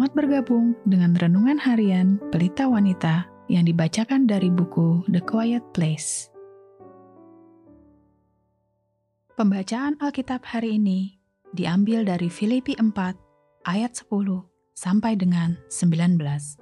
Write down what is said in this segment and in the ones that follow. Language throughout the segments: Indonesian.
Selamat bergabung dengan Renungan Harian Pelita Wanita yang dibacakan dari buku The Quiet Place. Pembacaan Alkitab hari ini diambil dari Filipi 4 ayat 10 sampai dengan 19.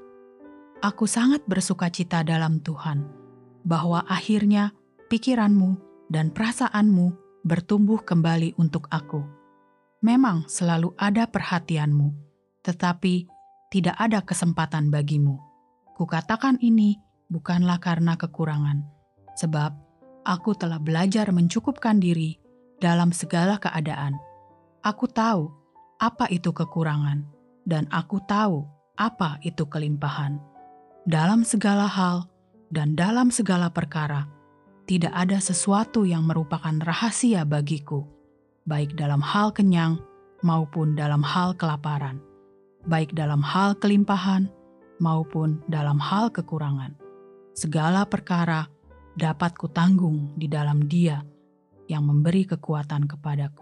Aku sangat bersukacita dalam Tuhan, bahwa akhirnya pikiranmu dan perasaanmu bertumbuh kembali untuk aku. Memang selalu ada perhatianmu, tetapi tidak ada kesempatan bagimu. Kukatakan ini bukanlah karena kekurangan, sebab aku telah belajar mencukupkan diri dalam segala keadaan. Aku tahu apa itu kekurangan, dan aku tahu apa itu kelimpahan. Dalam segala hal dan dalam segala perkara, tidak ada sesuatu yang merupakan rahasia bagiku, baik dalam hal kenyang maupun dalam hal kelaparan, baik dalam hal kelimpahan maupun dalam hal kekurangan. Segala perkara dapat kutanggung di dalam Dia yang memberi kekuatan kepadaku.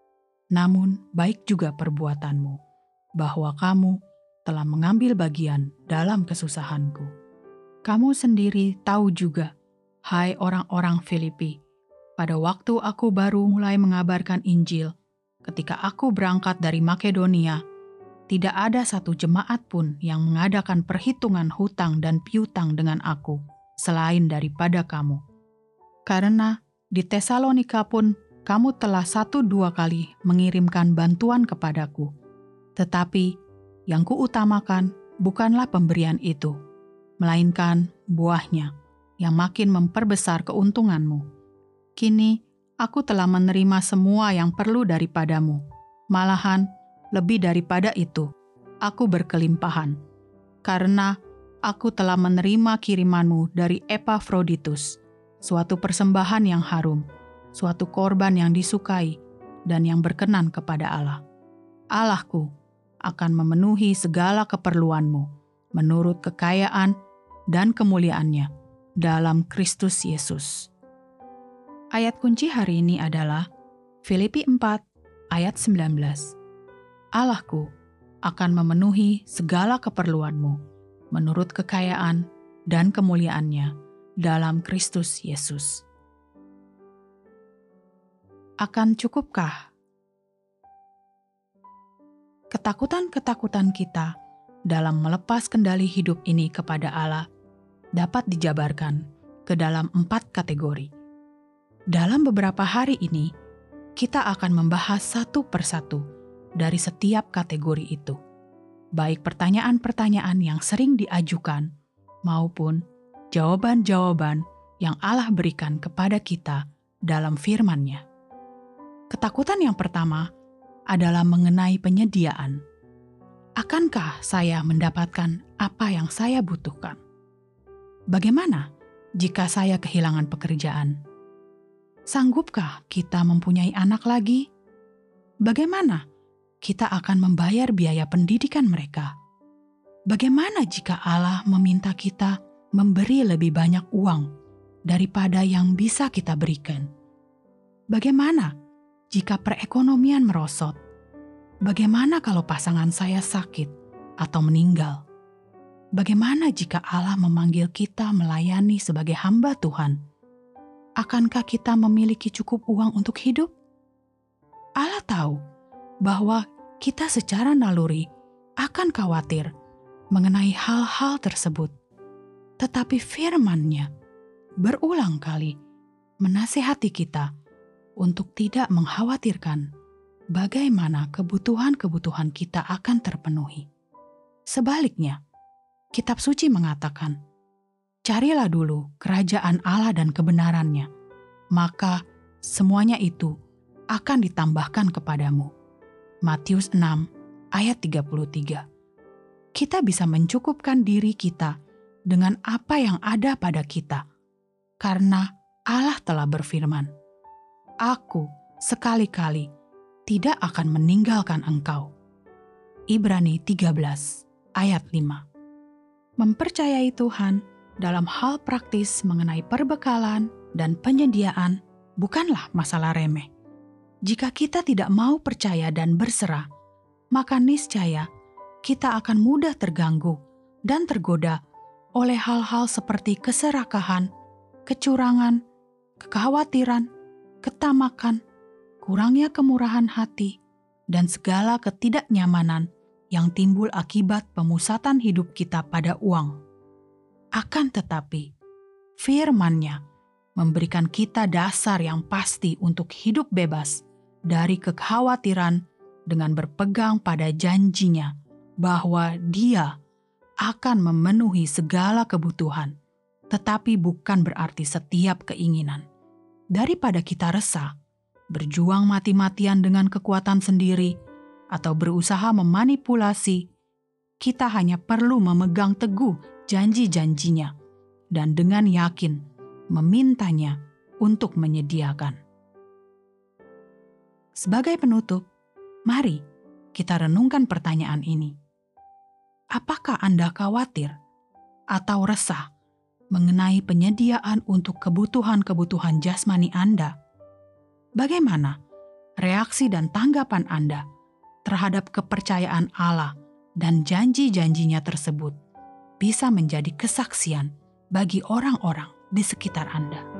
Namun baik juga perbuatanmu, bahwa kamu telah mengambil bagian dalam kesusahanku. Kamu sendiri tahu juga, hai orang-orang Filipi, pada waktu aku baru mulai mengabarkan Injil, ketika aku berangkat dari Makedonia, tidak ada satu jemaat pun yang mengadakan perhitungan hutang dan piutang dengan aku, selain daripada kamu. Karena di Tesalonika pun kamu telah 1-2 kali mengirimkan bantuan kepadaku. Tetapi yang kuutamakan bukanlah pemberian itu, melainkan buahnya, yang makin memperbesar keuntunganmu. Kini aku telah menerima semua yang perlu daripadamu, malahan lebih daripada itu, aku berkelimpahan, karena aku telah menerima kirimanmu dari Epafroditus, suatu persembahan yang harum, suatu korban yang disukai, dan yang berkenan kepada Allah. Allahku akan memenuhi segala keperluanmu, menurut kekayaan dan kemuliaannya, dalam Kristus Yesus. Ayat kunci hari ini adalah Filipi 4 ayat 19. Allahku akan memenuhi segala keperluanmu menurut kekayaan dan kemuliaannya dalam Kristus Yesus. Akan cukupkah? Ketakutan-ketakutan kita dalam melepas kendali hidup ini kepada Allah dapat dijabarkan ke dalam 4 kategori. Dalam beberapa hari ini, kita akan membahas satu persatu dari setiap kategori itu, baik pertanyaan-pertanyaan yang sering diajukan maupun jawaban-jawaban yang Allah berikan kepada kita dalam firman-Nya. Ketakutan yang pertama adalah mengenai penyediaan. Akankah saya mendapatkan apa yang saya butuhkan? Bagaimana jika saya kehilangan pekerjaan? Sanggupkah kita mempunyai anak lagi? Bagaimana kita akan membayar biaya pendidikan mereka? Bagaimana jika Allah meminta kita memberi lebih banyak uang daripada yang bisa kita berikan? Bagaimana jika perekonomian merosot? Bagaimana kalau pasangan saya sakit atau meninggal? Bagaimana jika Allah memanggil kita melayani sebagai hamba Tuhan? Akankah kita memiliki cukup uang untuk hidup? Allah tahu bahwa kita secara naluri akan khawatir mengenai hal-hal tersebut. Tetapi firman-Nya berulang kali menasihati kita untuk tidak mengkhawatirkan bagaimana kebutuhan-kebutuhan kita akan terpenuhi. Sebaliknya, Kitab Suci mengatakan, carilah dulu kerajaan Allah dan kebenaran-Nya, maka semuanya itu akan ditambahkan kepadamu. Matius 6 ayat 33. Kita bisa mencukupkan diri kita dengan apa yang ada pada kita, karena Allah telah berfirman, Aku sekali-kali tidak akan meninggalkan engkau. Ibrani 13 ayat 5. Mempercayai Tuhan dalam hal praktis mengenai perbekalan dan penyediaan bukanlah masalah remeh. Jika kita tidak mau percaya dan berserah, maka niscaya kita akan mudah terganggu dan tergoda oleh hal-hal seperti keserakahan, kecurangan, kekhawatiran, ketamakan, kurangnya kemurahan hati, dan segala ketidaknyamanan yang timbul akibat pemusatan hidup kita pada uang. Akan tetapi, firman-Nya memberikan kita dasar yang pasti untuk hidup bebas dari kekhawatiran dengan berpegang pada janji-Nya bahwa Dia akan memenuhi segala kebutuhan, tetapi bukan berarti setiap keinginan. Daripada kita resah, berjuang mati-matian dengan kekuatan sendiri, atau berusaha memanipulasi, kita hanya perlu memegang teguh janji-janji-Nya dan dengan yakin memintanya untuk menyediakan. Sebagai penutup, mari kita renungkan pertanyaan ini. Apakah Anda khawatir atau resah mengenai penyediaan untuk kebutuhan-kebutuhan jasmani Anda? Bagaimana reaksi dan tanggapan Anda terhadap kepercayaan Allah dan janji-janjinya tersebut bisa menjadi kesaksian bagi orang-orang di sekitar Anda?